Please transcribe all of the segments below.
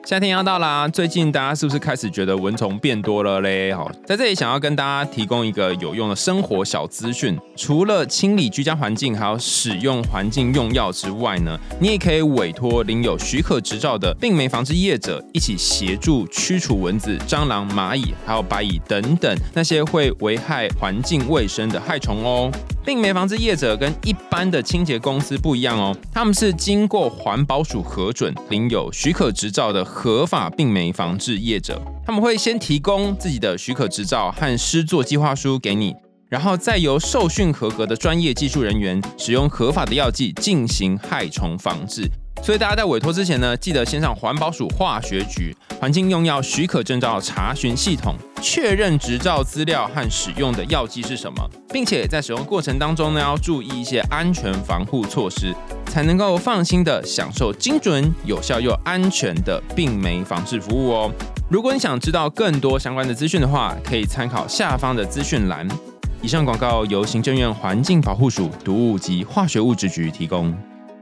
夏天要到啦，最近大家是不是开始觉得蚊虫变多了嘞？在这里想要跟大家提供一个有用的生活小资讯，除了清理居家环境，还有使用环境用药之外呢，你也可以委托领有许可执照的病媒防治业者一起协助驱除蚊子、蟑螂、蚂蚁，还有白蚁等等那些会危害环境卫生的害虫哦。病媒防治业者跟一般的清洁公司不一样哦，他们是经过环保署核准、领有许可执照的合法病媒防治业者。他们会先提供自己的许可执照和施作计划书给你，然后再由受训合格的专业技术人员使用合法的药剂进行害虫防治。所以大家在委托之前呢，记得先上环保署化学局环境用药许可证照查询系统，确认执照资料和使用的药剂是什么，并且在使用过程当中呢，要注意一些安全防护措施，才能够放心的享受精准、有效又安全的病媒防治服务哦。如果你想知道更多相关的资讯的话，可以参考下方的资讯栏。以上广告由行政院环境保护署毒物及化学物质局提供。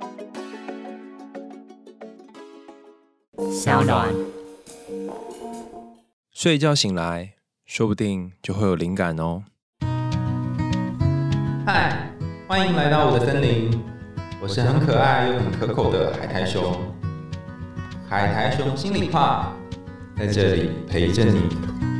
小暖， 睡一觉醒来，说不定就会有灵感哦。嗨，欢迎来到我的森林，我是很可爱又很可口的海苔熊。海苔熊心里话，在这里陪着你。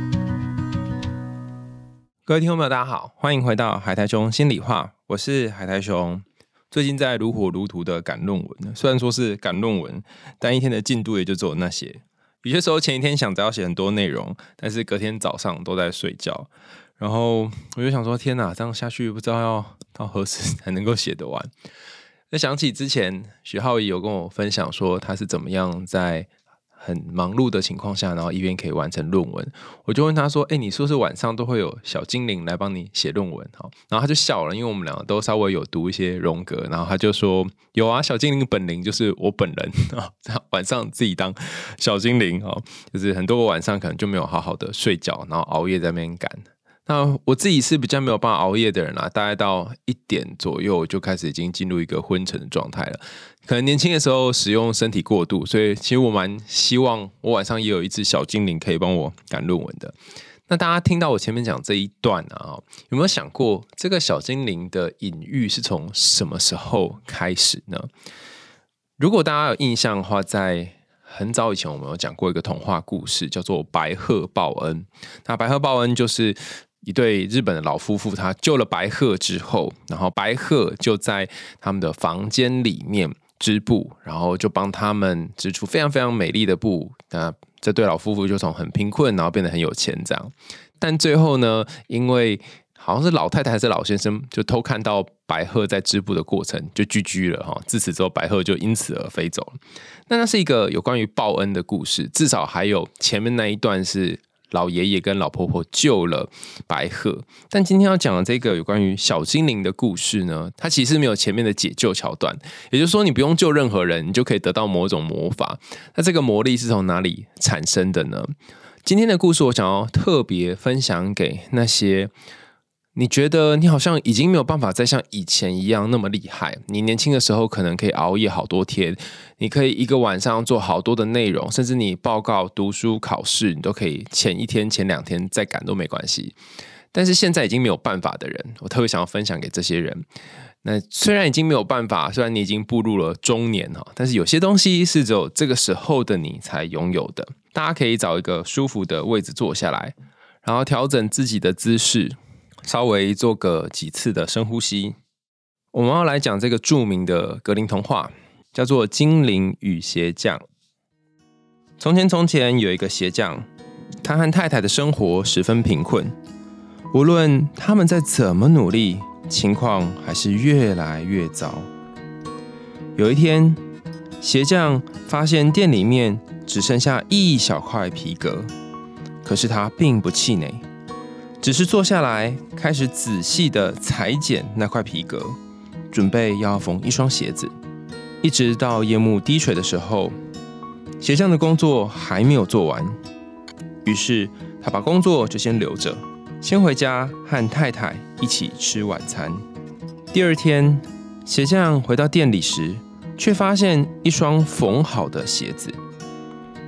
各位听众朋友，大家好，欢迎回到海苔熊心里话，我是海苔熊。最近在如火如荼的赶论文，虽然说是赶论文，但一天的进度也就只有那些。有些时候前一天想着要写很多内容，但是隔天早上都在睡觉，然后我就想说，天哪，这样下去不知道要到何时才能够写得完。那想起之前许浩仪有跟我分享说，他是怎么样在很忙碌的情况下，然后一边可以完成论文。我就问他说，你是不是晚上都会有小精灵来帮你写论文？然后他就笑了，因为我们两个都稍微有读一些荣格，然后他就说，有啊，小精灵本灵就是我本人，晚上自己当小精灵，就是很多个晚上可能就没有好好的睡觉，然后熬夜在那边赶。那我自己是比较没有办法熬夜的人啦，大概到1点左右就开始已经进入一个昏沉的状态了。可能年轻的时候使用身体过度，所以其实我蛮希望我晚上也有一只小精灵可以帮我赶论文的。那大家听到我前面讲这一段啊，有没有想过这个小精灵的隐喻是从什么时候开始呢？如果大家有印象的话，在很早以前我们有讲过一个童话故事，叫做白鹤报恩。那白鹤报恩就是一对日本的老夫妇，他救了白鹤之后，然后白鹤就在他们的房间里面织布，然后就帮他们织出非常非常美丽的布。那这对老夫妇就从很贫困，然后变得很有钱这样。但最后呢，因为好像是老太太还是老先生就偷看到白鹤在织布的过程，就GG了。自此之后，白鹤就因此而飞走了。那是一个有关于报恩的故事，至少还有前面那一段是老爷爷跟老婆婆救了白鹤。但今天要讲的这个有关于小精灵的故事呢，它其实没有前面的解救桥段，也就是说你不用救任何人，你就可以得到某种魔法。那这个魔力是从哪里产生的呢？今天的故事我想要特别分享给那些你觉得你好像已经没有办法再像以前一样那么厉害，你年轻的时候可能可以熬夜好多天，你可以一个晚上做好多的内容，甚至你报告、读书、考试，你都可以前1天、前2天再赶都没关系。但是现在已经没有办法的人，我特别想要分享给这些人。那虽然已经没有办法，虽然你已经步入了中年，但是有些东西是只有这个时候的你才拥有的。大家可以找一个舒服的位置坐下来，然后调整自己的姿势，稍微做个几次的深呼吸。我们要来讲这个著名的格林童话，叫做《精灵与鞋匠》。从前从前有一个鞋匠，他和太太的生活十分贫困，无论他们再怎么努力，情况还是越来越糟。有一天，鞋匠发现店里面只剩下一小块皮革，可是他并不气馁，只是坐下来开始仔细地裁剪那块皮革，准备要缝一双鞋子。一直到夜幕低垂的时候，鞋匠的工作还没有做完，于是他把工作就先留着，先回家和太太一起吃晚餐。第二天，鞋匠回到店里时，却发现一双缝好的鞋子。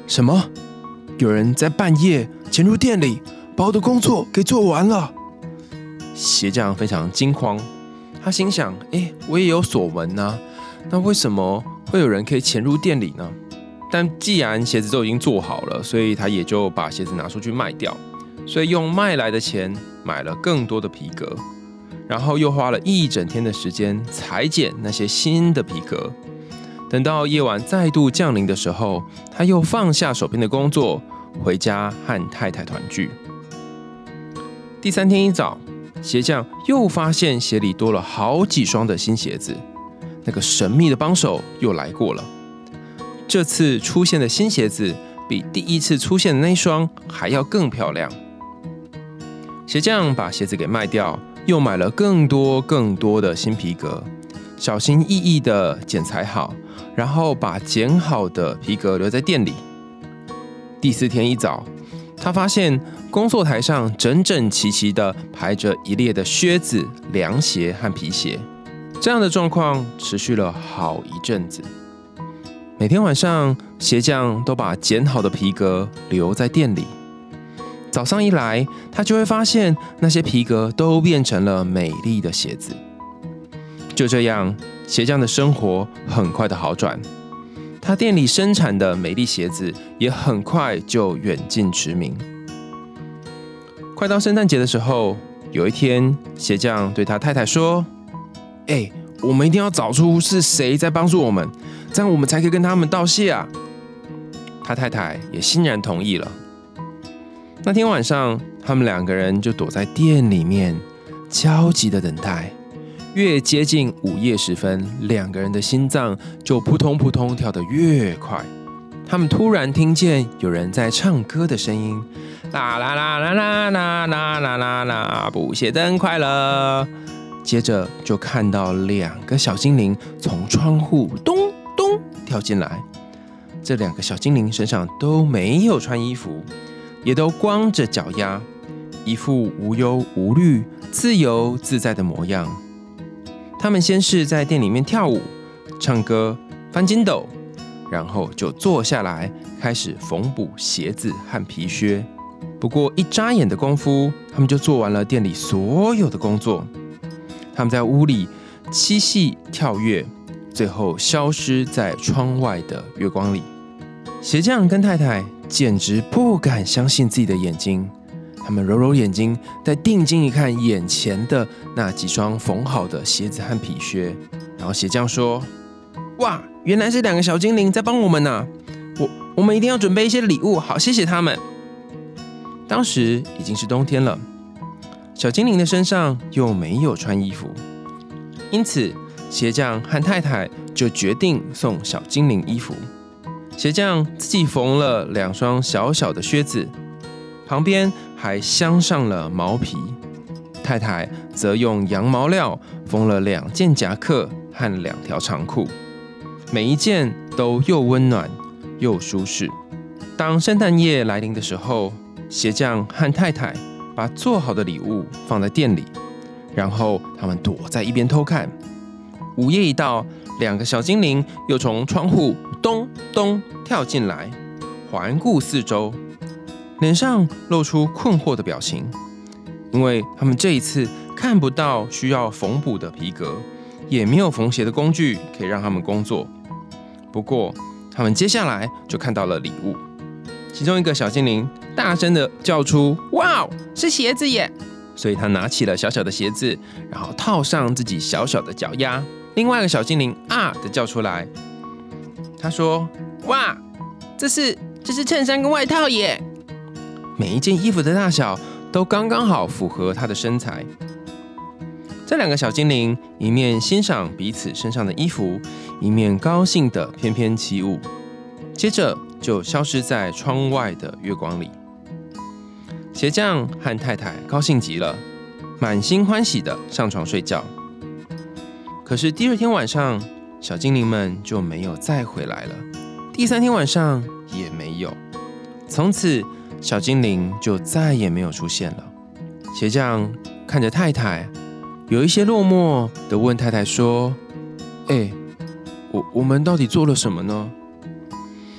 什么？有人在半夜潜入店里，把我的工作给做完了。鞋匠非常惊慌，他心想：我也有锁门啊，那为什么会有人可以潜入店里呢？但既然鞋子都已经做好了，所以他也就把鞋子拿出去卖掉，所以用卖来的钱买了更多的皮革，然后又花了一整天的时间裁剪那些新的皮革。等到夜晚再度降临的时候，他又放下手边的工作，回家和太太团聚。第3天一早，鞋匠又发现鞋里多了好几双的新鞋子，那个神秘的帮手又来过了。这次出现的新鞋子比第一次出现的那双还要更漂亮。鞋匠把鞋子给卖掉，又买了更多的新皮革，小心翼翼的剪裁好，然后把剪好的皮革留在店里。第4天一早，他发现工作台上整整齐齐的排着一列的靴子、凉鞋和皮鞋。这样的状况持续了好一阵子。每天晚上，鞋匠都把剪好的皮革留在店里。早上一来，他就会发现那些皮革都变成了美丽的鞋子。就这样，鞋匠的生活很快的好转，他店里生产的美丽鞋子也很快就远近驰名。快到圣诞节的时候，有一天，鞋匠对他太太说：我们一定要找出是谁在帮助我们，这样我们才可以跟他们道谢啊。他太太也欣然同意了。那天晚上，他们2个人就躲在店里面，焦急的等待。越接近午夜时分，2个人的心脏就扑通扑通跳得越快。他们突然听见有人在唱歌的声音，啦啦啦啦啦啦啦啦啦啦，不写真快乐。接着就看到2个小精灵从窗户咚咚跳进来。这2个小精灵身上都没有穿衣服，也都光着脚丫，一副无忧无虑、自由自在的模样。他们先是在店里面跳舞、唱歌、翻筋斗，然后就坐下来开始缝补鞋子和皮靴。不过一眨眼的功夫，他们就做完了店里所有的工作。他们在屋里嬉戏跳跃，最后消失在窗外的月光里。鞋匠跟太太简直不敢相信自己的眼睛，他们揉揉眼睛，再定睛一看眼前的那几双缝好的鞋子和皮靴，然后鞋匠说：哇，原来是2个小精灵在帮我们啊！我们一定要准备一些礼物，好谢谢他们。当时已经是冬天了，小精灵的身上又没有穿衣服，因此鞋匠和太太就决定送小精灵衣服。鞋匠自己缝了2双小小的靴子，旁边还镶上了毛皮。太太则用羊毛料缝了2件夹克和2条长裤，每一件都又温暖又舒适。当圣诞夜来临的时候，鞋匠和太太把做好的礼物放在店里，然后他们躲在一边偷看。午夜一到，2个小精灵又从窗户咚咚跳进来，环顾四周，脸上露出困惑的表情，因为他们这一次看不到需要缝补的皮革，也没有缝鞋的工具可以让他们工作。不过，他们接下来就看到了礼物。其中一个小精灵大声的叫出：哇，是鞋子耶！所以他拿起了小小的鞋子，然后套上自己小小的脚丫。另外一个小精灵啊的叫出来，他说：哇，这是衬衫跟外套耶！每一件衣服的大小都刚刚好符合他的身材。这2个小精灵一面欣赏彼此身上的衣服，一面高兴的翩翩起舞，接着就消失在窗外的月光里。鞋匠和太太高兴极了，满心欢喜的上床睡觉。可是第2天晚上，小精灵们就没有再回来了，第3天晚上也没有，从此小精灵就再也没有出现了。鞋匠看着太太，有一些落寞的问太太说：我们到底做了什么呢？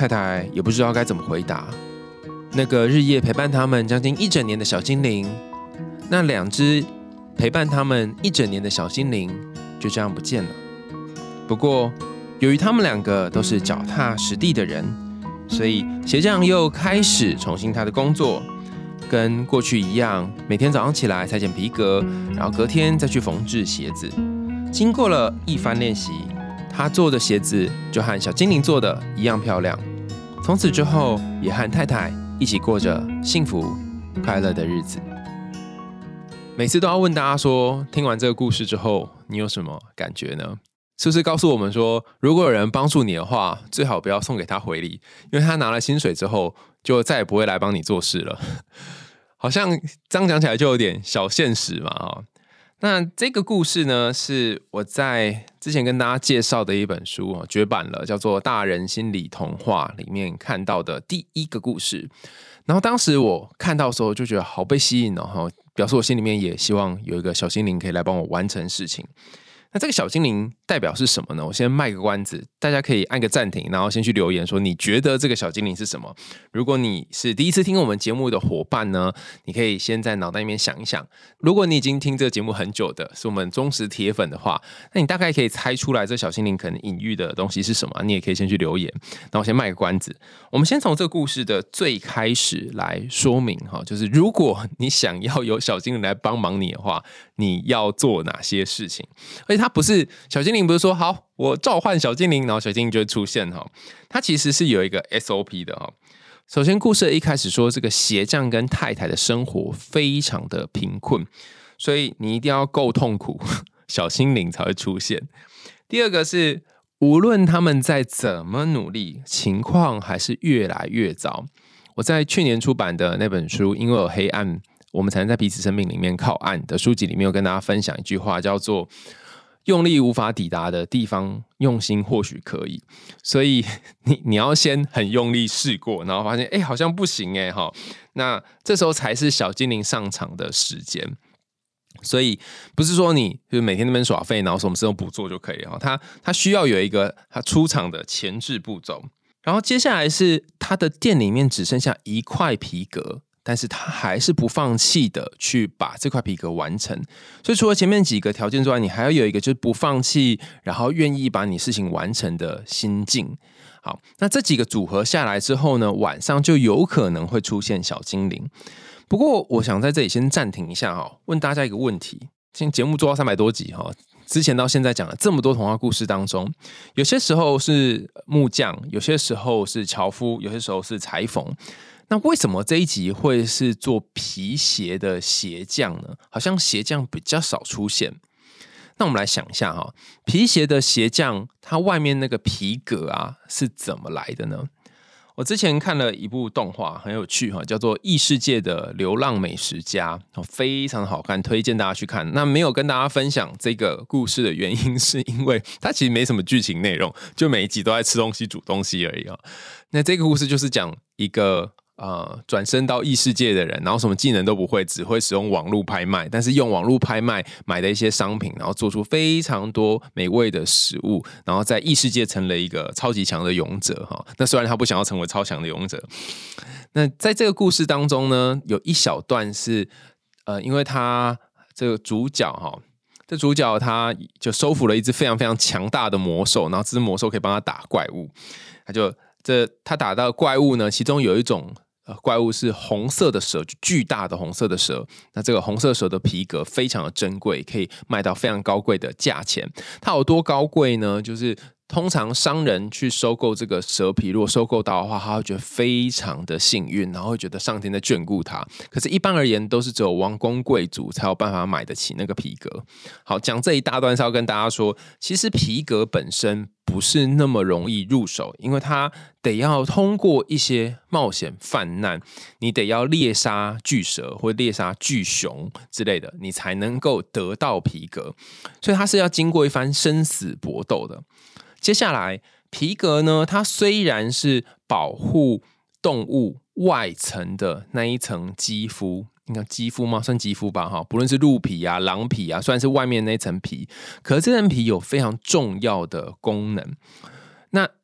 太太也不知道该怎么回答。那个日夜陪伴他们将近1整年的小精灵，那2只陪伴他们1整年的小精灵就这样不见了。不过由于他们2个都是脚踏实地的人，所以鞋匠又开始重新他的工作，跟过去一样，每天早上起来裁剪皮革，然后隔天再去缝制鞋子。经过了一番练习，他做的鞋子就和小精灵做的一样漂亮。从此之后，也和太太一起过着幸福快乐的日子。每次都要问大家说，听完这个故事之后，你有什么感觉呢？是不是告诉我们说，如果有人帮助你的话，最好不要送给他回礼，因为他拿了薪水之后，就再也不会来帮你做事了。好像这样讲起来就有点小现实嘛。那这个故事呢，是我在之前跟大家介绍的一本书绝版了，叫做《大人心理童话》里面看到的第1个故事。然后当时我看到的时候就觉得好被吸引表示我心里面也希望有一个小精灵可以来帮我完成事情。那这个小精灵代表是什么呢？我先卖个关子，大家可以按个暂停，然后先去留言说你觉得这个小精灵是什么。如果你是第一次听我们节目的伙伴呢，你可以先在脑袋里面想一想。如果你已经听这个节目很久的，是我们忠实铁粉的话，那你大概可以猜出来这小精灵可能隐喻的东西是什么。你也可以先去留言，然后先卖个关子。我们先从这个故事的最开始来说明就是如果你想要有小精灵来帮忙你的话，你要做哪些事情。而且它不是小精灵，不是说好我召唤小精灵，然后小精灵就会出现它其实是有一个 SOP 的首先，故事的一开始说，这个鞋匠跟太太的生活非常的贫困，所以你一定要够痛苦，小精灵才会出现。第二个是，无论他们再怎么努力，情况还是越来越糟。我在去年出版的那本书《因为有黑暗，我们才能在彼此生命里面靠岸》的书籍里面，有跟大家分享一句话，叫做用力无法抵达的地方，用心或许可以。所以你要先很用力试过，然后发现好像不行那这时候才是小精灵上场的时间。所以不是说你就每天那边耍废，然后什么事都不做就可以了。他需要有一个他出场的前置步骤。然后接下来是他的店里面只剩下1块皮革，但是他还是不放弃的去把这块皮革完成。所以除了前面几个条件之外，你还要有一个就是不放弃，然后愿意把你事情完成的心境。好，那这几个组合下来之后呢，晚上就有可能会出现小精灵。不过我想在这里先暂停一下问大家一个问题。今天节目做到300多集之前到现在讲了这么多童话故事当中，有些时候是木匠，有些时候是樵夫，有些时候是裁缝。那为什么这一集会是做皮鞋的鞋匠呢？好像鞋匠比较少出现。那我们来想一下皮鞋的鞋匠，他外面那个皮革是怎么来的呢？我之前看了一部动画，很有趣叫做《异世界的流浪美食家》，非常好看，推荐大家去看。那没有跟大家分享这个故事的原因，是因为它其实没什么剧情内容，就每一集都在吃东西、煮东西而已那这个故事就是讲一个转身到异世界的人，然后什么技能都不会，只会使用网络拍卖，但是用网络拍卖买的一些商品，然后做出非常多美味的食物，然后在异世界成了一个超级强的勇者那虽然他不想要成为超强的勇者，那在这个故事当中呢，有一小段是因为他这个主角这主角他就收服了一只非常非常强大的魔兽，然后这只魔兽可以帮他打怪物，他打到怪物呢，其中有一种怪物是红色的蛇，巨大的红色的蛇。那这个红色蛇的皮革非常的珍贵，可以卖到非常高贵的价钱。它有多高贵呢？就是通常商人去收购这个蛇皮，如果收购到的话，他会觉得非常的幸运，然后会觉得上天在眷顾他。可是，一般而言，都是只有王公贵族才有办法买得起那个皮革。好，讲这一大段是要跟大家说，其实皮革本身不是那么容易入手，因为它得要通过一些冒险犯难，你得要猎杀巨蛇或猎杀巨熊之类的，你才能够得到皮革，所以它是要经过一番生死搏斗的。接下来，皮革呢，它虽然是保护动物外层的那一层肌肤，应该肌肤吗？算肌肤吧，不论是鹿皮啊、狼皮啊，虽然是外面那层皮，可是这层皮有非常重要的功能。那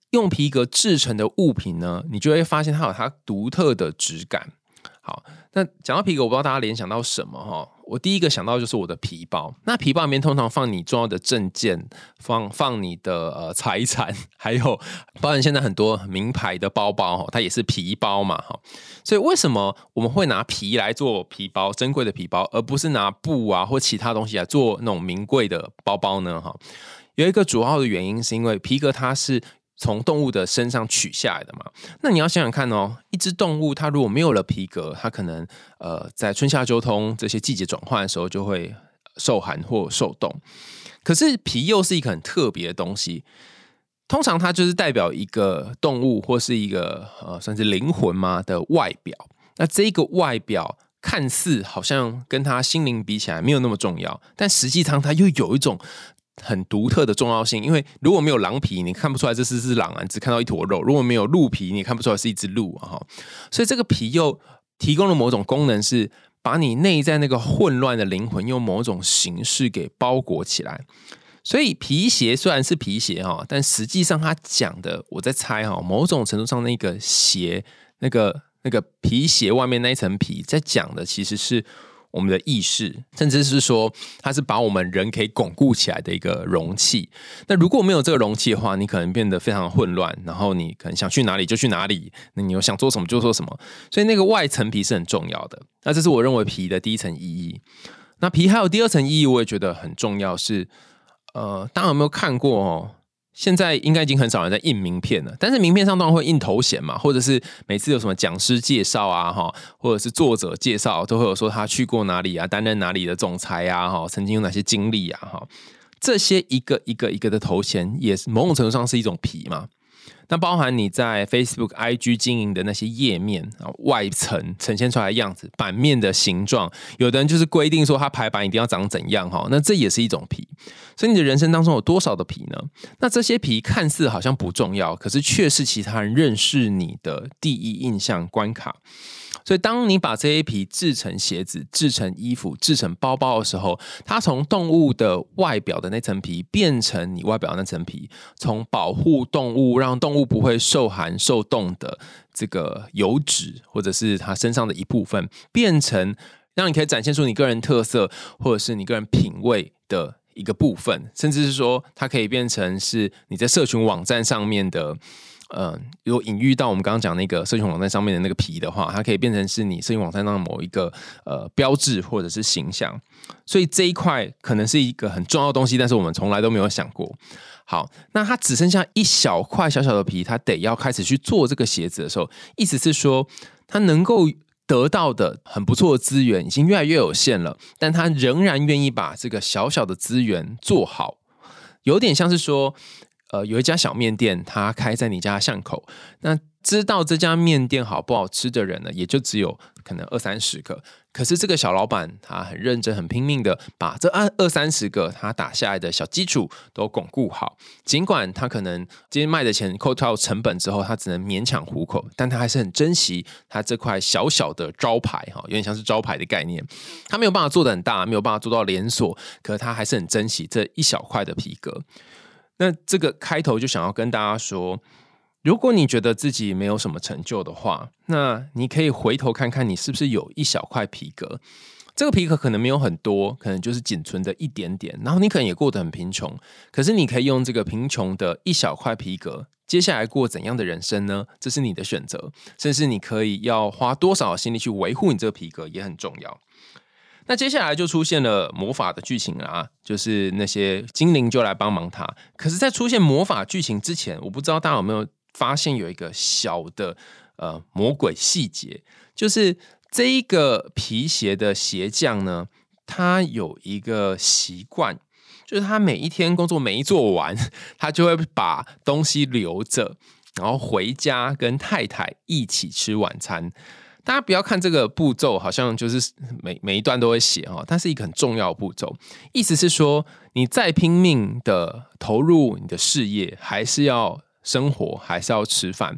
用皮革制成的物品呢，你就会发现它有它独特的质感。好，那讲到皮革，我不知道大家联想到什么哈。我第一个想到就是我的皮包。那皮包里面通常放你重要的证件，放你的财产，还有包含现在很多名牌的包包，它也是皮包嘛哈。所以为什么我们会拿皮来做皮包，珍贵的皮包，而不是拿布啊或其他东西来做那种名贵的包包呢？哈，有一个主要的原因是因为皮革它是从动物的身上取下来的嘛。那你要想想看哦，一只动物它如果没有了皮革，它可能在春夏秋冬这些季节转换的时候就会受寒或受冻。可是皮又是一个很特别的东西，通常它就是代表一个动物或是一个算是灵魂嘛的外表。那这个外表看似好像跟它心灵比起来没有那么重要，但实际上它又有一种很独特的重要性。因为如果没有狼皮，你看不出来这是只狼啊，你只看到一坨肉；如果没有鹿皮，你看不出来是一只鹿啊。所以这个皮又提供了某种功能，是把你内在那个混乱的灵魂用某种形式给包裹起来。所以皮鞋虽然是皮鞋哈，但实际上它讲的，我在猜哈，某种程度上那个鞋那个皮鞋外面那一层皮，在讲的其实是我们的意识，甚至是说它是把我们人可以巩固起来的一个容器。那如果没有这个容器的话，你可能变得非常混乱，然后你可能想去哪里就去哪里，那你又想做什么就做什么。所以那个外层皮是很重要的。那这是我认为皮的第一层意义。那皮还有第二层意义，我也觉得很重要是，大家有没有看过哦？现在应该已经很少人在印名片了，但是名片上当然会印头衔嘛，或者是每次有什么讲师介绍啊，或者是作者介绍，都会有说他去过哪里啊，担任哪里的总裁啊，曾经有哪些经历啊，这些一个一个的头衔，也是某种程度上是一种皮嘛。那包含你在 Facebook、IG 经营的那些页面外层呈现出来的样子，版面的形状，有的人就是规定说它排版一定要长怎样，那这也是一种皮。所以你的人生当中有多少的皮呢？那这些皮看似好像不重要，可是却是其他人认识你的第一印象关卡。所以当你把这些皮制成鞋子、制成衣服、制成包包的时候，它从动物的外表的那层皮变成你外表的那层皮，从保护动物让动物不会受寒受冻的这个油脂或者是它身上的一部分，变成让你可以展现出你个人特色或者是你个人品味的一个部分，甚至是说它可以变成是你在社群网站上面的如果隐喻到我们刚刚讲那个社群网站上面的那个皮的话，它可以变成是你社群网站上的某一个标志或者是形象。所以这一块可能是一个很重要的东西，但是我们从来都没有想过。好，那它只剩下一小块小小的皮，它得要开始去做这个鞋子的时候，意思是说它能够得到的很不错的资源已经越来越有限了，但他仍然愿意把这个小小的资源做好，有点像是说有一家小面店，它开在你家巷口，那知道这家面店好不好吃的人呢，也就只有可能20-30个。可是这个小老板他很认真、很拼命的把这20-30个他打下来的小基础都巩固好。尽管他可能今天卖的钱扣掉成本之后，他只能勉强糊口，但他还是很珍惜他这块小小的招牌，有点像是招牌的概念。他没有办法做得很大，没有办法做到连锁，可是他还是很珍惜这一小块的皮革。那这个开头就想要跟大家说，如果你觉得自己没有什么成就的话，那你可以回头看看你是不是有一小块皮革。这个皮革可能没有很多，可能就是仅存的一点点，然后你可能也过得很贫穷，可是你可以用这个贫穷的一小块皮革，接下来过怎样的人生呢？这是你的选择，甚至你可以要花多少心力去维护你这个皮革也很重要。那接下来就出现了魔法的剧情啊，就是那些精灵就来帮忙他。可是在出现魔法剧情之前，我不知道大家有没有发现有一个小的魔鬼细节，就是这一个皮鞋的鞋匠呢，他有一个习惯，就是他每一天工作没做完，他就会把东西留着，然后回家跟太太一起吃晚餐。大家不要看这个步骤好像就是每一段都会写，它是一个很重要的步骤。意思是说，你再拼命的投入你的事业，还是要生活，还是要吃饭。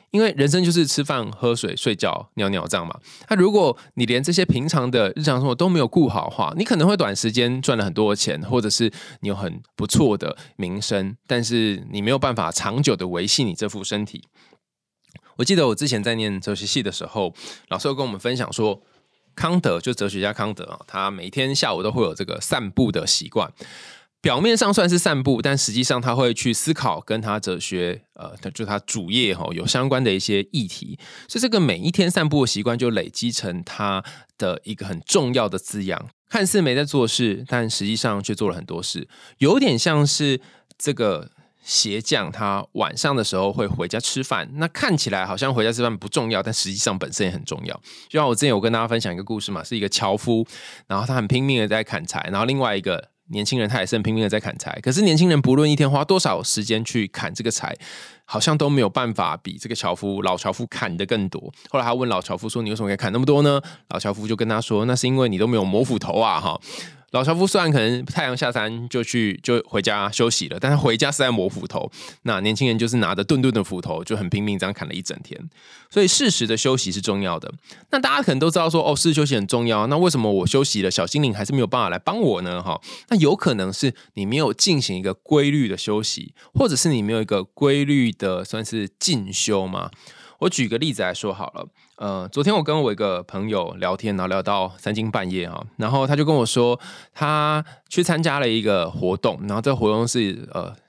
因为人生就是吃饭、喝水、睡觉、尿尿这样嘛。那如果你连这些平常的日常生活都没有顾好的话，你可能会短时间赚了很多钱，或者是你有很不错的名声，但是你没有办法长久的维系你这副身体。我记得我之前在念哲学系的时候，老师有跟我们分享说，康德就哲学家康德他每天下午都会有这个散步的习惯。表面上算是散步，但实际上他会去思考跟他哲学就他主业有相关的一些议题，所以这个每一天散步的习惯就累积成他的一个很重要的滋养。看似没在做事，但实际上却做了很多事，有点像是这个鞋匠他晚上的时候会回家吃饭，那看起来好像回家吃饭不重要，但实际上本身也很重要。就像我之前有跟大家分享一个故事嘛，是一个樵夫，然后他很拼命的在砍柴，然后另外一个年轻人他也是很拼命的在砍柴，可是年轻人不论一天花多少时间去砍这个柴，好像都没有办法比这个老樵夫砍得更多。后来他问老樵夫说，你为什么可以砍那么多呢？老樵夫就跟他说，那是因为你都没有磨斧头啊。老樵夫虽然可能太阳下山就回家休息了，但他回家是在磨斧头。那年轻人就是拿着顿顿的斧头，就很拼命这样砍了一整天。所以适时的休息是重要的。那大家可能都知道说，适时休息很重要。那为什么我休息了，小精灵还是没有办法来帮我呢？那有可能是你没有进行一个规律的休息，或者是你没有一个规律的算是进修嘛。我举个例子来说好了，昨天我跟我一个朋友聊天，然后聊到3更半夜然后他就跟我说，他去参加了一个活动，然后这个活动是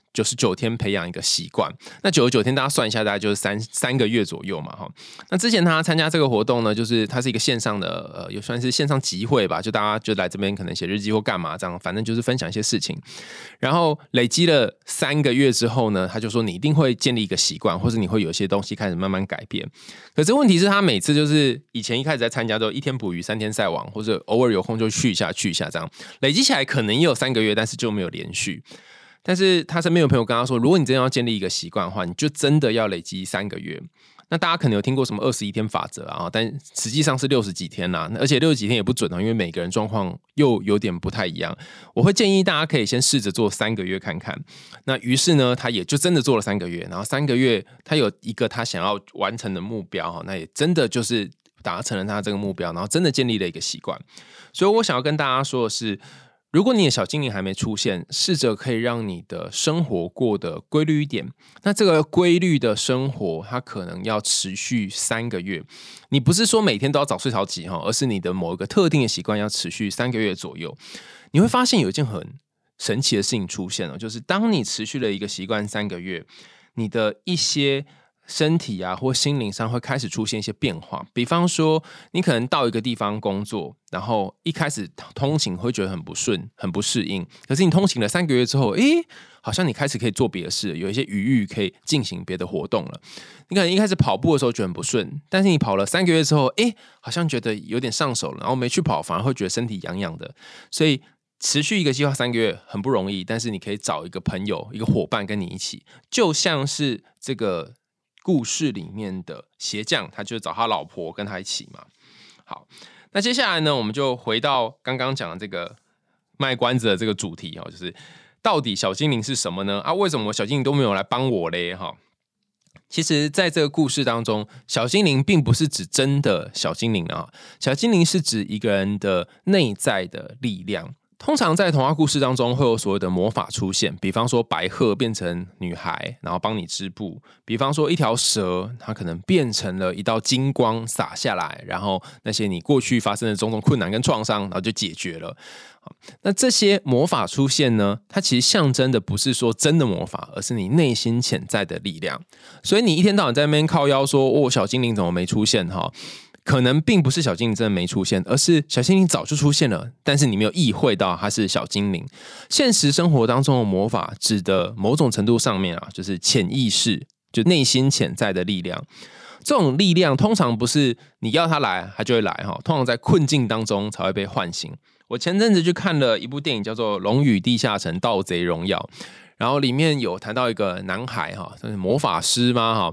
99天培养一个习惯。那99天大家算一下，大概就是三个月左右嘛那之前他参加这个活动呢，就是它是一个线上的也算是线上集会吧，就大家就来这边可能写日记或干嘛这样，反正就是分享一些事情。然后累积了3个月之后呢，他就说你一定会建立一个习惯，或是你会有些东西开始慢慢改变。可是问题是他每次就是以前一开始在参加都1天捕鱼3天晒网，或者偶尔有空就去一下这样，累积起来可能也有3个月，但是就没有连续。但是他身边有朋友跟他说，如果你真的要建立一个习惯的话，你就真的要累积3个月。那大家可能有听过什么21天法则但实际上是60几天啦，而且60几天也不准因为每个人状况又有点不太一样。我会建议大家可以先试着做3个月看看。那于是呢，他也就真的做了3个月，然后3个月他有一个他想要完成的目标那也真的就是达成了他这个目标，然后真的建立了一个习惯。所以我想要跟大家说的是，如果你的小精灵还没出现，试着可以让你的生活过得规律一点。那这个规律的生活，它可能要持续3个月。你不是说每天都要早睡早起而是你的某一个特定的习惯要持续3个月左右。你会发现有一件很神奇的事情出现了，就是当你持续了一个习惯3个月，你的一些身体或心灵上会开始出现一些变化。比方说你可能到一个地方工作，然后一开始通勤会觉得很不顺很不适应，可是你通勤了3个月之后，好像你开始可以做别的事了，有一些余裕可以进行别的活动了。你可能一开始跑步的时候觉得很不顺，但是你跑了3个月之后，好像觉得有点上手了，然后没去跑反而会觉得身体痒痒的。所以持续一个计划3个月很不容易，但是你可以找一个朋友一个伙伴跟你一起，就像是这个故事里面的鞋匠，他就找他老婆跟他一起嘛。好，那接下来呢，我们就回到刚刚讲的这个卖关子的这个主题就是到底小精灵是什么呢？为什么小精灵都没有来帮我嘞？其实在这个故事当中，小精灵并不是指真的小精灵小精灵是指一个人的内在的力量。通常在童话故事当中会有所谓的魔法出现，比方说白鹤变成女孩然后帮你织布，比方说一条蛇它可能变成了一道金光洒下来，然后那些你过去发生的种种困难跟创伤然后就解决了。那这些魔法出现呢，它其实象征的不是说真的魔法，而是你内心潜在的力量。所以你一天到晚在那边靠腰说小精灵怎么没出现可能并不是小精灵真的没出现，而是小精灵早就出现了，但是你没有意会到它是小精灵。现实生活当中的魔法指的某种程度上面就是潜意识，就内心潜在的力量。这种力量通常不是你要它来它就会来通常在困境当中才会被唤醒。我前阵子去看了一部电影叫做《龙与地下城：盗贼荣耀》，然后里面有谈到一个男孩算是魔法师吗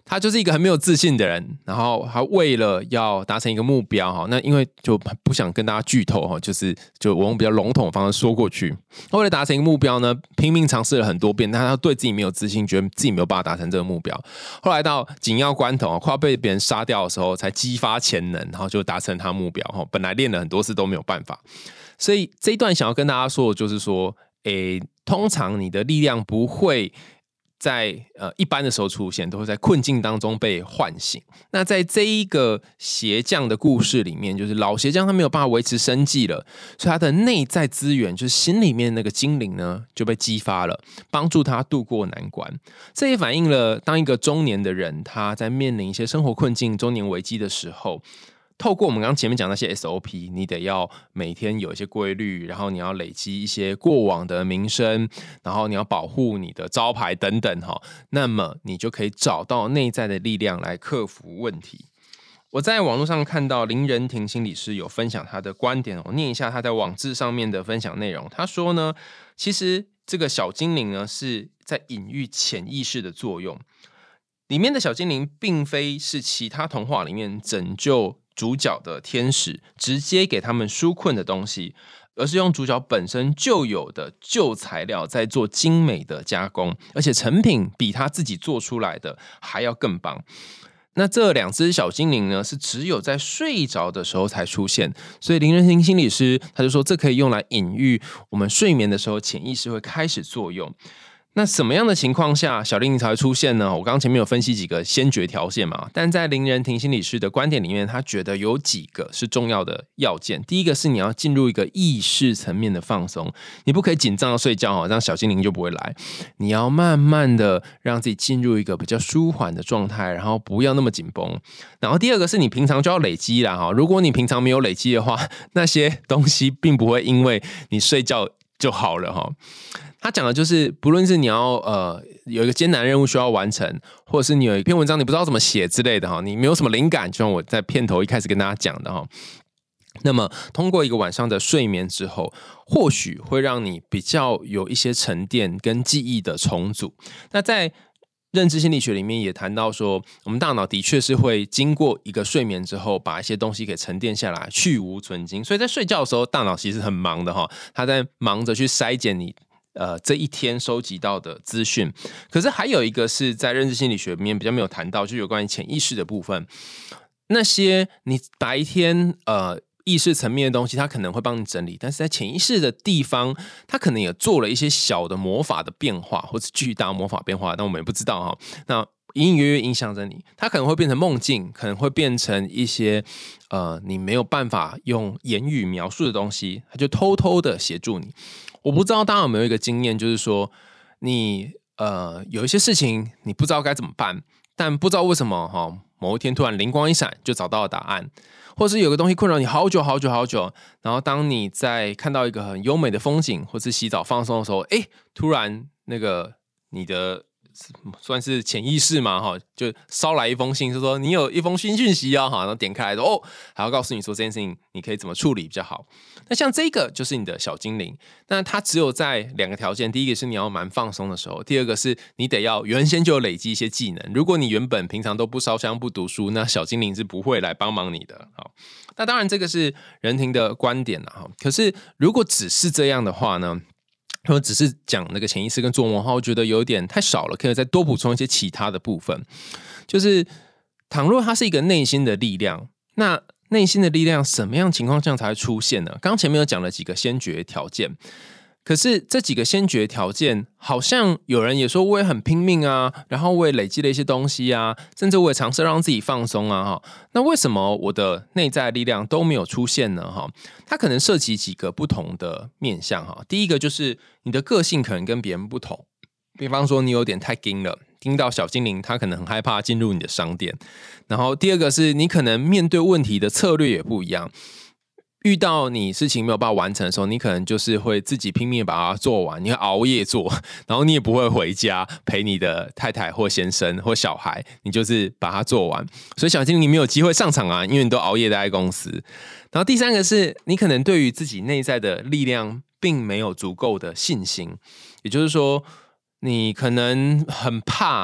他就是一个很没有自信的人，然后他为了要达成一个目标，那因为就不想跟大家剧透，就我用比较笼统的方式说过去。为了达成一个目标呢，拼命尝试了很多遍，但他对自己没有自信，觉得自己没有办法达成这个目标。后来到紧要关头，快要被别人杀掉的时候，才激发潜能，然后就达成他目标。本来练了很多次都没有办法，所以这一段想要跟大家说的就是说，通常你的力量不会在一般的时候出现，都会在困境当中被唤醒。那在这一个鞋匠的故事里面，就是老鞋匠他没有办法维持生计了，所以他的内在资源，就是心里面那个精灵呢，就被激发了，帮助他度过难关。这也反映了当一个中年的人，他在面临一些生活困境、中年危机的时候，透过我们刚刚前面讲那些 SOP， 你得要每天有一些规律，然后你要累积一些过往的名声，然后你要保护你的招牌等等，那么你就可以找到内在的力量来克服问题。我在网络上看到林仁庭心理师有分享他的观点，我念一下他在网志上面的分享内容。他说呢，其实这个小精灵呢是在隐喻潜意识的作用，里面的小精灵并非是其他童话里面拯救主角的天使直接给他们纾困的东西，而是用主角本身就有的旧材料在做精美的加工，而且成品比他自己做出来的还要更棒。那这两只小精灵呢，是只有在睡着的时候才出现，所以林仁庭心理师他就说，这可以用来隐喻我们睡眠的时候潜意识会开始作用。那什么样的情况下小精灵才会出现呢？我刚刚前面有分析几个先决条件嘛，但在林仁庭心理师的观点里面，他觉得有几个是重要的要件。第一个是你要进入一个意识层面的放松，你不可以紧张要睡觉，这样小精灵就不会来。你要慢慢的让自己进入一个比较舒缓的状态，然后不要那么紧绷。然后第二个是你平常就要累积啦，如果你平常没有累积的话，那些东西并不会因为你睡觉就好了。他讲的就是，不论是你要有一个艰难任务需要完成，或者是你有一篇文章你不知道怎么写之类的，你没有什么灵感，就像我在片头一开始跟大家讲的，那么通过一个晚上的睡眠之后，或许会让你比较有一些沉淀跟记忆的重组。那在认知心理学里面也谈到说，我们大脑的确是会经过一个睡眠之后，把一些东西给沉淀下来，去无存精。所以在睡觉的时候，大脑其实很忙的，他在忙着去筛减你这一天收集到的资讯。可是还有一个是在认知心理学里面比较没有谈到，就有关于潜意识的部分。那些你白天意识层面的东西，它可能会帮你整理，但是在潜意识的地方，它可能也做了一些小的魔法的变化，或是巨大魔法变化，但我们也不知道。那隐隐约约影响着你，它可能会变成梦境，可能会变成一些你没有办法用言语描述的东西，它就偷偷的协助你。我不知道大家有没有一个经验，就是说你有一些事情你不知道该怎么办，但不知道为什么某一天突然灵光一闪就找到了答案，或是有个东西困扰你好久好久好久，然后当你在看到一个很优美的风景，或是洗澡放松的时候，突然那个你的算是潜意识嘛，就捎来一封信，就说你有一封新讯息然后点开来说还要告诉你说这件事情你可以怎么处理比较好。那像这个就是你的小精灵，那它只有在两个条件，第一个是你要蛮放松的时候，第二个是你得要原先就有累积一些技能。如果你原本平常都不烧香不读书，那小精灵是不会来帮忙你的。好，那当然这个是仁庭的观点啦，可是如果只是这样的话呢，他们只是讲那个潜意识跟做梦的话，我觉得有点太少了，可以再多补充一些其他的部分。就是倘若它是一个内心的力量，那内心的力量什么样情况下才会出现呢？刚前面有讲了几个先决条件，可是这几个先决条件好像有人也说我也很拼命啊，然后我也累积了一些东西啊，甚至我也尝试让自己放松啊，那为什么我的内在力量都没有出现呢？它可能涉及几个不同的面向。第一个就是你的个性可能跟别人不同，比方说你有点太硬了，听到小精灵他可能很害怕进入你的商店。然后第二个是你可能面对问题的策略也不一样，遇到你事情没有办法完成的时候，你可能就是会自己拼命把它做完，你会熬夜做，然后你也不会回家陪你的太太或先生或小孩，你就是把它做完。所以小精灵没有机会上场啊，因为你都熬夜待在公司。然后第三个是你可能对于自己内在的力量并没有足够的信心，也就是说你可能很怕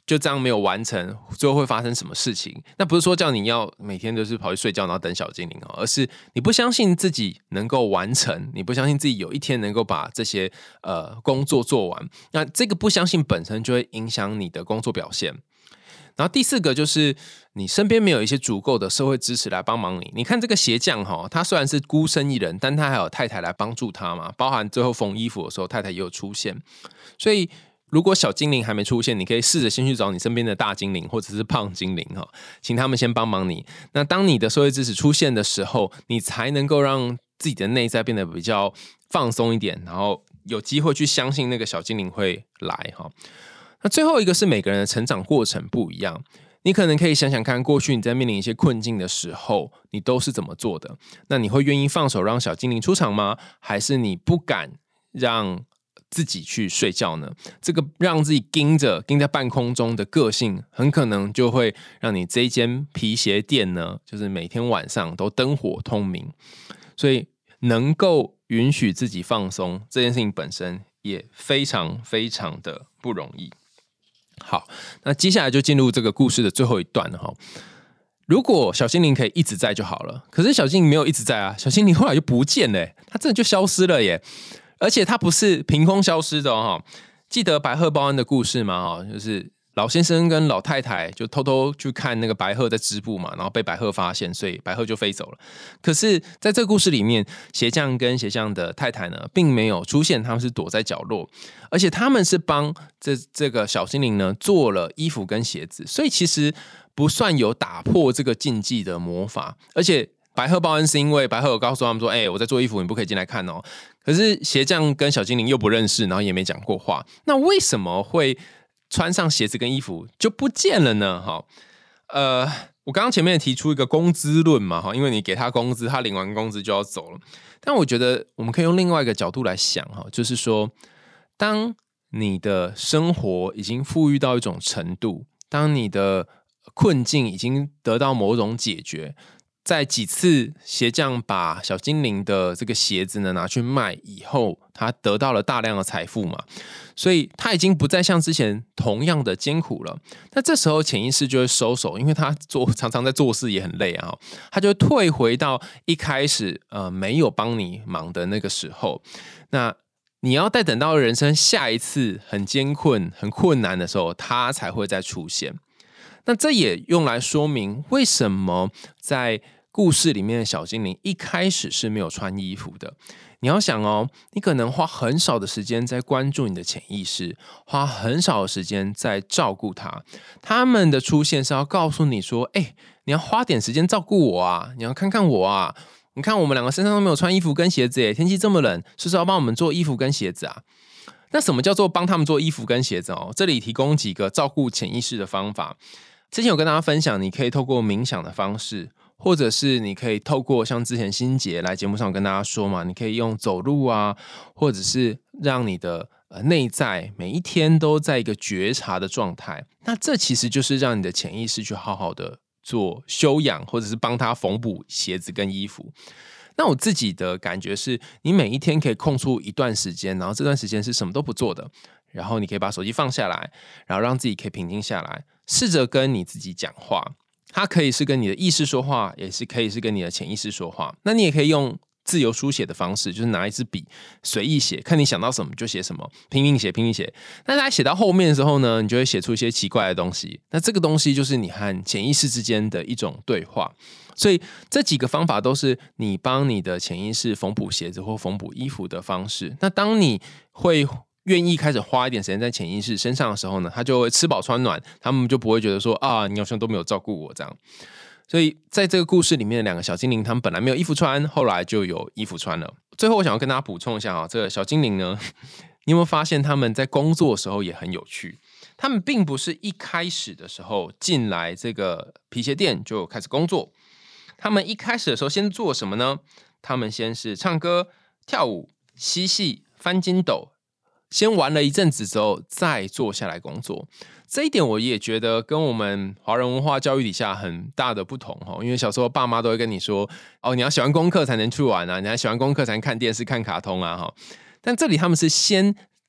就这样没有完成，最后会发生什么事情？那不是说叫你要每天都是跑去睡觉，然后等小精灵哦，而是你不相信自己能够完成，你不相信自己有一天能够把这些工作做完。那这个不相信本身就会影响你的工作表现。然后第4个就是你身边没有一些足够的社会支持来帮忙你。你看这个鞋匠他虽然是孤身一人，但他还有太太来帮助他嘛，包含最后缝衣服的时候，太太也有出现。所以如果小精灵还没出现，你可以试着先去找你身边的大精灵或者是胖精灵请他们先帮忙你。那当你的社会支持出现的时候，你才能够让自己的内在变得比较放松一点，然后有机会去相信那个小精灵会来那最后一个是每个人的成长过程不一样，你可能可以想想看，过去你在面临一些困境的时候，你都是怎么做的？那你会愿意放手让小精灵出场吗？还是你不敢让自己去睡觉呢？这个让自己盯在半空中的个性，很可能就会让你这一间皮鞋店呢，就是每天晚上都灯火通明。所以能够允许自己放松这件事情本身也非常非常的不容易。好，那接下来就进入这个故事的最后一段了如果小精灵可以一直在就好了，可是小精灵没有一直在啊，小精灵后来就不见了他真的就消失了耶。而且它不是凭空消失的记得白鹤报恩的故事吗？就是老先生跟老太太就偷偷去看那个白鹤在织布嘛，然后被白鹤发现，所以白鹤就飞走了。可是在这个故事里面，鞋匠跟鞋匠的太太呢并没有出现，他们是躲在角落，而且他们是帮这个小精灵呢做了衣服跟鞋子，所以其实不算有打破这个禁忌的魔法。而且白鹤报恩是因为白鹤有告诉他们说我在做衣服，你不可以进来看可是鞋匠跟小精灵又不认识，然后也没讲过话，那为什么会穿上鞋子跟衣服就不见了呢？我刚刚前面提出一个工资论嘛，因为你给他工资，他领完工资就要走了。但我觉得我们可以用另外一个角度来想就是说，当你的生活已经富裕到一种程度，当你的困境已经得到某种解决，在几次鞋匠把小精灵的这个鞋子呢拿去卖以后，他得到了大量的财富嘛，所以他已经不再像之前同样的艰苦了。那这时候潜意识就会收手，因为他常常在做事也很累他就会退回到一开始没有帮你忙的那个时候。那你要待等到人生下一次很艰困很困难的时候，他才会再出现。那这也用来说明为什么在故事里面的小精灵一开始是没有穿衣服的。你要想你可能花很少的时间在关注你的潜意识，花很少的时间在照顾它。他们的出现是要告诉你说你要花点时间照顾我啊，你要看看我啊，你看我们两个身上都没有穿衣服跟鞋子天气这么冷，是不是要帮我们做衣服跟鞋子啊？那什么叫做帮他们做衣服跟鞋子这里提供几个照顾潜意识的方法。之前有跟大家分享，你可以透过冥想的方式，或者是你可以透过像之前欣杰来节目上有跟大家说嘛，你可以用走路啊，或者是让你的内在每一天都在一个觉察的状态。那这其实就是让你的潜意识去好好的做修养，或者是帮他缝补鞋子跟衣服。那我自己的感觉是，你每一天可以空出一段时间，然后这段时间是什么都不做的，然后你可以把手机放下来，然后让自己可以平静下来，试着跟你自己讲话。它可以是跟你的意识说话，也是可以是跟你的潜意识说话。那你也可以用自由书写的方式，就是拿一支笔随意写，看你想到什么就写什么，拼命写拼命写。那在写到后面的时候呢，你就会写出一些奇怪的东西。那这个东西就是你和潜意识之间的一种对话。所以这几个方法都是你帮你的潜意识缝补鞋子或缝补衣服的方式。那当你会愿意开始花一点时间在潜意识身上的时候呢，他就会吃饱穿暖，他们就不会觉得说你好像都没有照顾我这样。所以在这个故事里面的两个小精灵，他们本来没有衣服穿，后来就有衣服穿了。最后我想要跟大家补充一下这个小精灵呢，你有没有发现他们在工作的时候也很有趣？他们并不是一开始的时候进来这个皮鞋店就开始工作，他们一开始的时候先做什么呢？他们先是唱歌、跳舞、嬉戏、翻筋斗，先玩了一阵子之后再坐下来工作。这一点我也觉得跟我们华人文化教育底下很大的不同因为小时候爸妈都会跟你说你要喜欢功课才能去玩啊，你还喜欢功课才能看电视看卡通啊但这里他们是先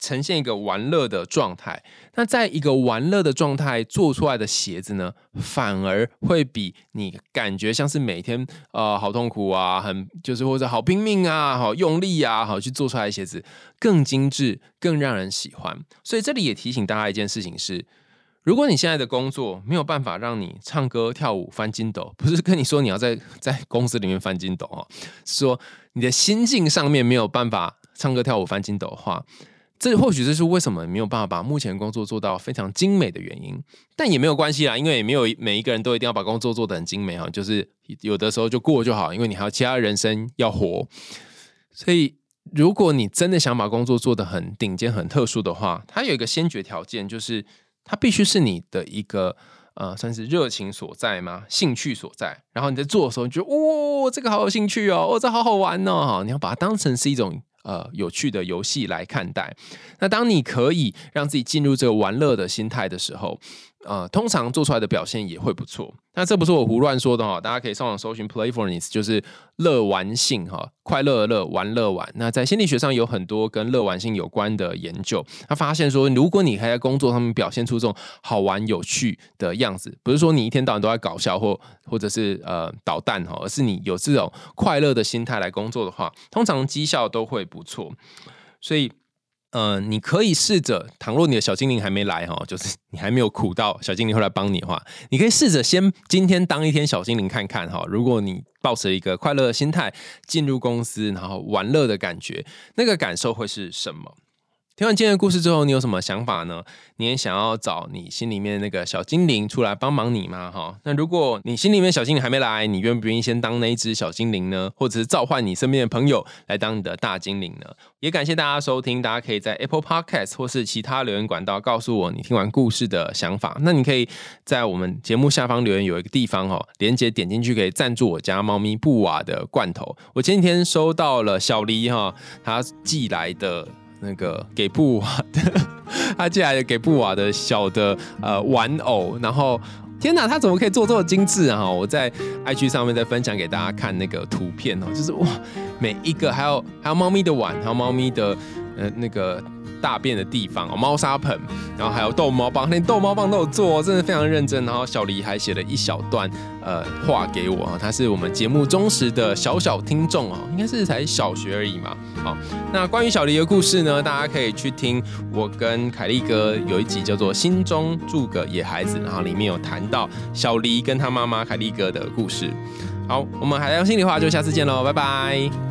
呈现一个玩乐的状态。那在一个玩乐的状态做出来的鞋子呢，反而会比你感觉像是每天好痛苦啊，就是或者好拼命啊，好用力啊，好去做出来的鞋子更精致，更让人喜欢。所以这里也提醒大家一件事情是，如果你现在的工作没有办法让你唱歌跳舞翻筋斗，不是跟你说你要在公司里面翻筋斗哦，是说你的心境上面没有办法唱歌跳舞翻筋斗的话，这或许是为什么没有办法把目前工作做到非常精美的原因。但也没有关系啦，因为也没有每一个人都一定要把工作做得很精美哈，就是有的时候就过就好，因为你还有其他人生要活。所以如果你真的想把工作做得很顶尖、很特殊的话，它有一个先决条件，就是它必须是你的一个算是热情所在吗？兴趣所在。然后你在做的时候，你觉得这个好有兴趣哦，这好好玩哦，你要把它当成是一种有趣的游戏来看待。那当你可以让自己进入这个玩乐的心态的时候，通常做出来的表现也会不错。那这不是我胡乱说的哈，大家可以上网搜寻 playfulness， 就是乐玩性哈，快乐的乐，玩乐玩。那在心理学上有很多跟乐玩性有关的研究，他发现说，如果你还在工作上面表现出这种好玩有趣的样子，不是说你一天到晚都在搞笑或者是捣蛋哈，而是你有这种快乐的心态来工作的话，通常绩效都会不错。所以你可以试着，倘若你的小精灵还没来哈，就是你还没有苦到小精灵会来帮你的话，你可以试着先今天当一天小精灵看看哈。如果你抱持一个快乐的心态进入公司，然后玩乐的感觉，那个感受会是什么？听完今天的故事之后，你有什么想法呢？你也想要找你心里面那个小精灵出来帮忙你吗？那如果你心里面小精灵还没来，你愿不愿意先当那一只小精灵呢？或者是召唤你身边的朋友来当你的大精灵呢？也感谢大家收听，大家可以在 Apple Podcast 或是其他留言管道告诉我你听完故事的想法。那你可以在我们节目下方留言，有一个地方连结点进去可以赞助我家猫咪布瓦的罐头。我前几天收到了小黎他寄来的那个给布瓦的，他寄来的给布瓦的小的玩偶，然后天哪，他怎么可以做这么精致啊？我在 IG 上面再分享给大家看那个图片就是哇，每一个还有猫咪的碗，还有猫咪的那个大便的地方猫砂盆，然后还有逗猫棒，连逗猫棒都有做，真的非常认真。然后小黎还写了一小段话给我，他是我们节目忠实的小听众应该是才小学而已嘛。好，那关于小黎的故事呢，大家可以去听我跟凯利哥有一集叫做《心中住个野孩子》，然后里面有谈到小黎跟他妈妈凯利哥的故事。好，我们海苔用心里话就下次见喽，拜拜。